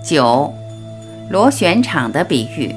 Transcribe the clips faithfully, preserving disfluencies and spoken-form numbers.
九、螺旋场的比喻。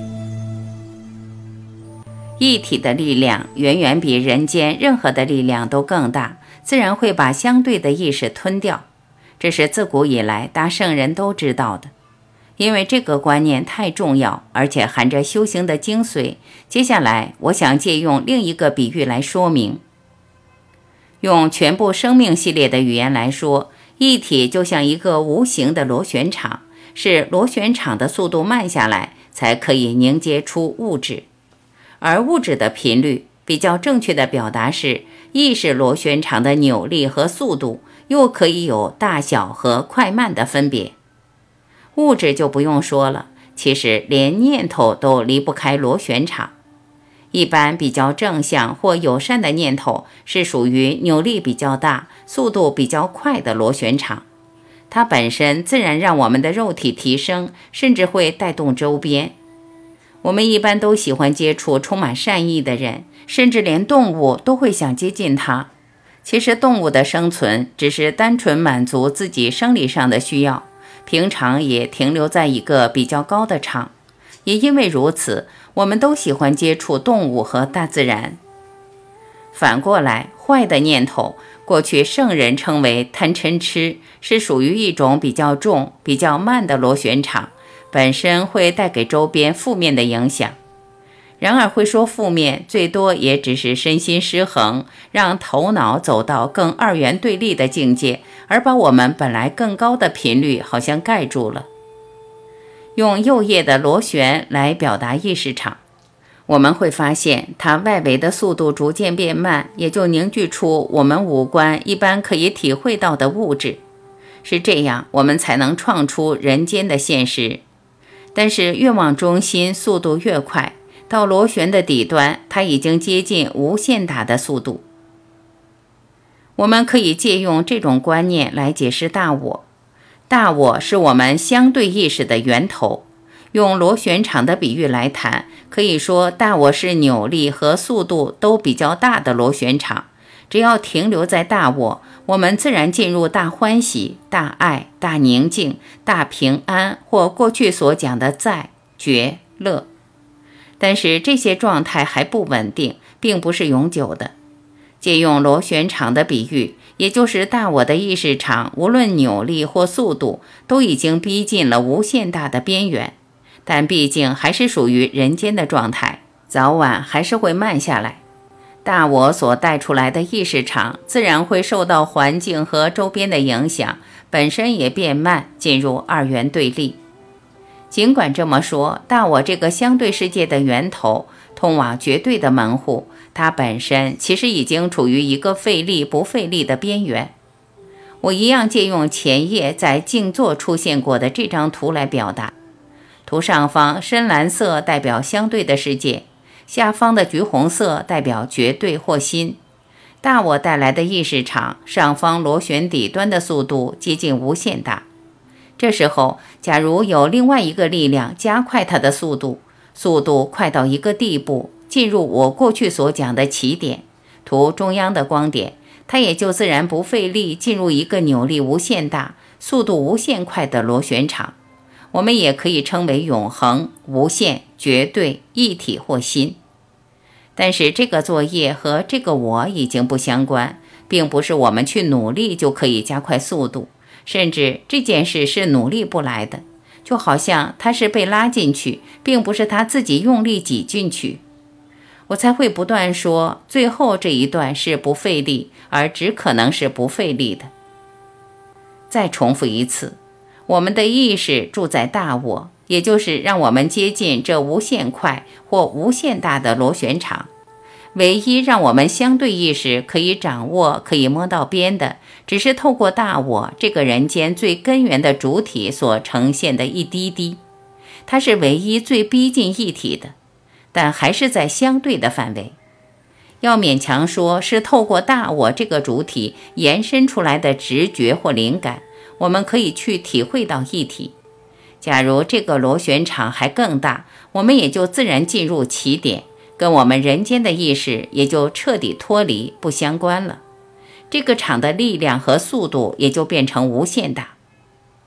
一体的力量远远比人间任何的力量都更大，自然会把相对的意识吞掉。这是自古以来大圣人都知道的。因为这个观念太重要，而且含着修行的精髓，接下来我想借用另一个比喻来说明。用全部生命系列的语言来说，一体就像一个无形的螺旋场，是螺旋场的速度慢下来，才可以凝结出物质。而物质的频率，比较正确的表达是，意识螺旋场的扭力和速度，又可以有大小和快慢的分别。物质就不用说了，其实连念头都离不开螺旋场。一般比较正向或友善的念头是属于扭力比较大、速度比较快的螺旋场，它本身自然让我们的肉体提升，甚至会带动周边。我们一般都喜欢接触充满善意的人，甚至连动物都会想接近它。其实动物的生存只是单纯满足自己生理上的需要，平常也停留在一个比较高的场。也因为如此，我们都喜欢接触动物和大自然。反过来，坏的念头，过去圣人称为贪嗔痴，是属于一种比较重、比较慢的螺旋场，本身会带给周边负面的影响。然而会说负面，最多也只是身心失衡，让头脑走到更二元对立的境界，而把我们本来更高的频率好像盖住了。用右叶的螺旋来表达意识场，我们会发现它外围的速度逐渐变慢，也就凝聚出我们五官一般可以体会到的物质。是这样，我们才能创出人间的现实。但是越往中心，速度越快，到螺旋的底端，它已经接近无限大的速度。我们可以借用这种观念来解释大我。大我是我们相对意识的源头。用螺旋场的比喻来谈，可以说大我是扭力和速度都比较大的螺旋场。只要停留在大我，我们自然进入大欢喜、大爱、大宁静、大平安，或过去所讲的在、觉、乐。但是这些状态还不稳定，并不是永久的。借用螺旋场的比喻，也就是大我的意识场，无论扭力或速度，都已经逼近了无限大的边缘，但毕竟还是属于人间的状态，早晚还是会慢下来。大我所带出来的意识场，自然会受到环境和周边的影响，本身也变慢，进入二元对立。尽管这么说，大我这个相对世界的源头，通往绝对的门户，它本身其实已经处于一个费力不费力的边缘。我一样借用前页在静坐出现过的这张图来表达。图上方深蓝色代表相对的世界，下方的橘红色代表绝对或心。大我带来的意识场，上方螺旋底端的速度接近无限大。这时候，假如有另外一个力量加快它的速度，速度快到一个地步，进入我过去所讲的起点，图中央的光点，它也就自然不费力进入一个扭力无限大、速度无限快的螺旋场。我们也可以称为永恒、无限、绝对、一体或心。但是这个作业和这个我已经不相关，并不是我们去努力就可以加快速度，甚至这件事是努力不来的，就好像它是被拉进去，并不是他自己用力挤进去。我才会不断说，最后这一段是不费力，而只可能是不费力的。再重复一次，我们的意识住在大我，也就是让我们接近这无限快或无限大的螺旋场。唯一让我们相对意识可以掌握、可以摸到边的，只是透过大我这个人间最根源的主体所呈现的一滴滴。它是唯一最逼近一体的，但还是在相对的范围。要勉强说是透过大我这个主体延伸出来的直觉或灵感，我们可以去体会到一体。假如这个螺旋场还更大，我们也就自然进入起点，跟我们人间的意识也就彻底脱离，不相关了。这个场的力量和速度也就变成无限大。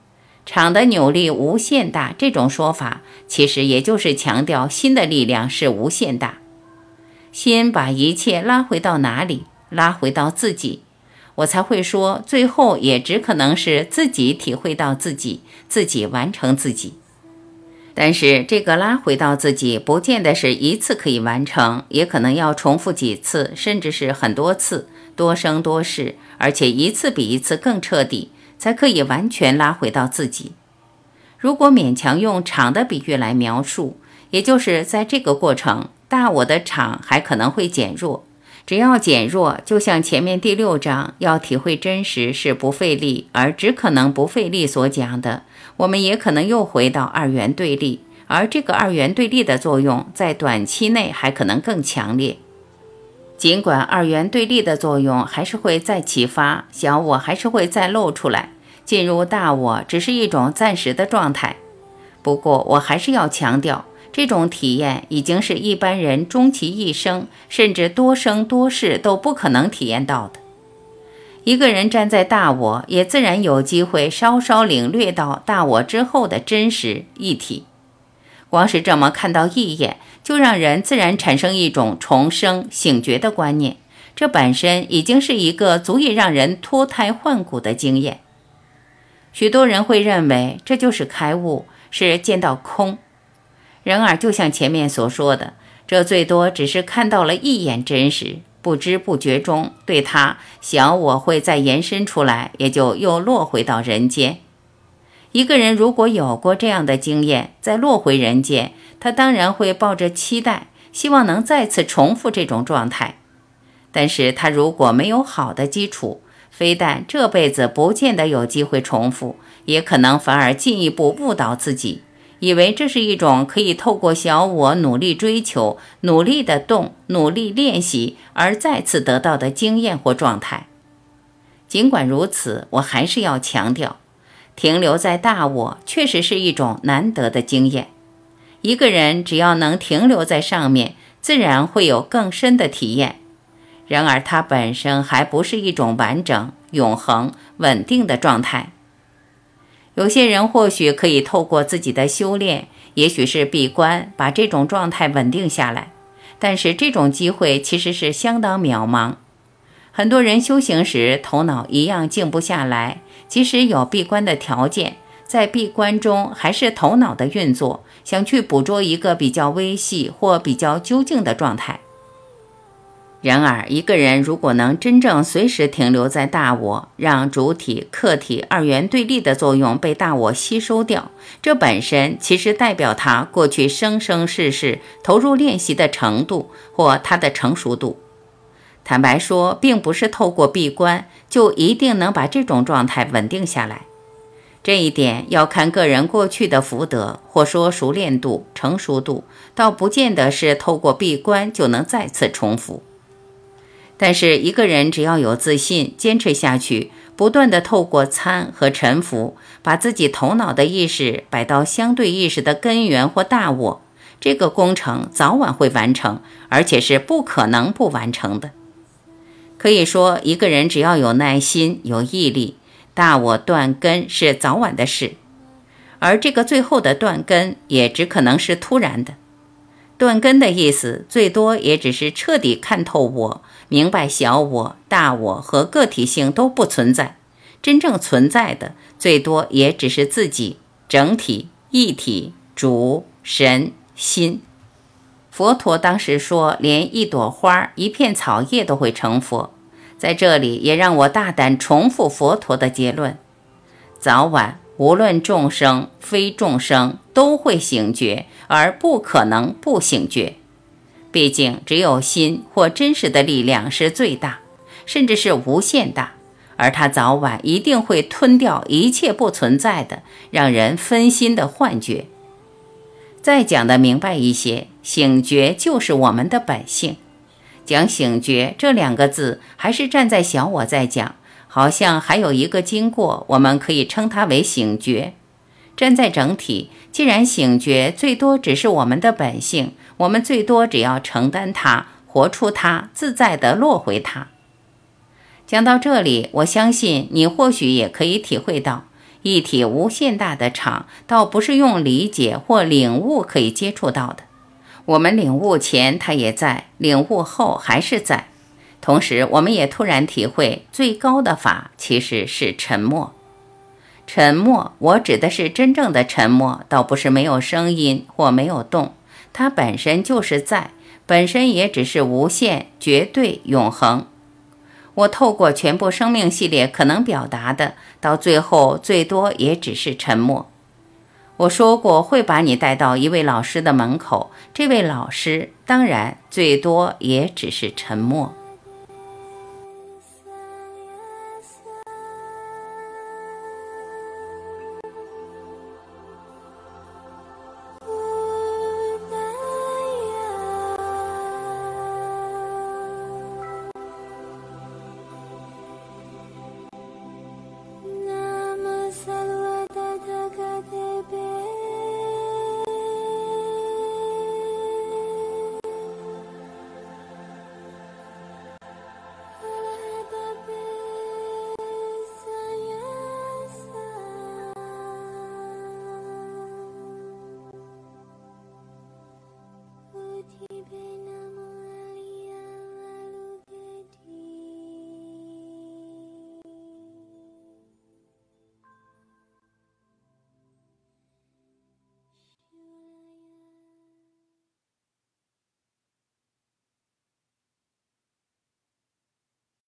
场的扭力无限大，这种说法其实也就是强调心的力量是无限大。心把一切拉回到哪里？拉回到自己，我才会说最后也只可能是自己体会到自己，自己完成自己。但是这个拉回到自己不见得是一次可以完成，也可能要重复几次，甚至是很多次，多生多世，而且一次比一次更彻底，才可以完全拉回到自己。如果勉强用场的比喻来描述，也就是在这个过程，大我的场还可能会减弱。只要减弱，就像前面第六章要体会真实是不费力，而只可能不费力所讲的，我们也可能又回到二元对立，而这个二元对立的作用在短期内还可能更强烈。尽管二元对立的作用还是会再启发，小我还是会再露出来，进入大我只是一种暂时的状态。不过我还是要强调，这种体验已经是一般人终其一生，甚至多生多世都不可能体验到的。一个人站在大我，也自然有机会稍稍领略到大我之后的真实一体。光是这么看到一眼，就让人自然产生一种重生醒觉的观念，这本身已经是一个足以让人脱胎换骨的经验。许多人会认为这就是开悟，是见到空。然而就像前面所说的，这最多只是看到了一眼真实，不知不觉中对它小我会再延伸出来，也就又落回到人间。一个人如果有过这样的经验，再落回人间，他当然会抱着期待，希望能再次重复这种状态。但是他如果没有好的基础，非但这辈子不见得有机会重复，也可能反而进一步误导自己，以为这是一种可以透过小我努力追求、努力的动、努力练习而再次得到的经验或状态。尽管如此，我还是要强调，停留在大我确实是一种难得的经验。一个人只要能停留在上面，自然会有更深的体验。然而它本身还不是一种完整、永恒、稳定的状态。有些人或许可以透过自己的修炼，也许是闭关，把这种状态稳定下来，但是这种机会其实是相当渺茫。很多人修行时头脑一样静不下来，即使有闭关的条件，在闭关中还是头脑的运作，想去捕捉一个比较微细或比较究竟的状态。然而一个人如果能真正随时停留在大我，让主体客体二元对立的作用被大我吸收掉，这本身其实代表他过去生生世世投入练习的程度或他的成熟度。坦白说，并不是透过闭关就一定能把这种状态稳定下来，这一点要看个人过去的福德，或说熟练度、成熟度，倒不见得是透过闭关就能再次重复。但是一个人只要有自信，坚持下去，不断地透过参和沉浮，把自己头脑的意识摆到相对意识的根源或大我，这个工程早晚会完成，而且是不可能不完成的。可以说，一个人只要有耐心、有毅力，大我断根是早晚的事。而这个最后的断根也只可能是突然的。断根的意思最多也只是彻底看透我，明白小我、大我和个体性都不存在，真正存在的最多也只是自己、整体、一体、主、神、心。佛陀当时说，连一朵花、一片草叶都会成佛。在这里也让我大胆重复佛陀的结论，早晚无论众生非众生都会醒觉，而不可能不醒觉。毕竟只有心或真实的力量是最大，甚至是无限大，而它早晚一定会吞掉一切不存在的让人分心的幻觉。再讲得明白一些，醒觉就是我们的本性。讲醒觉这两个字还是站在小我在讲，好像还有一个经过，我们可以称它为醒觉。站在整体，既然醒觉最多只是我们的本性，我们最多只要承担它，活出它，自在地落回它。讲到这里，我相信你或许也可以体会到， 一体无限大的场，倒不是用理解或领悟可以接触到的。我们领悟前它也在，领悟后还是在。同时我们也突然体会，最高的法其实是沉默。沉默，我指的是真正的沉默，倒不是没有声音或没有动，它本身就是在，本身也只是无限、绝对、永恒。我透过全部生命系列可能表达的，到最后最多也只是沉默。我说过会把你带到一位老师的门口，这位老师当然最多也只是沉默。 Nama Sarvata Thakate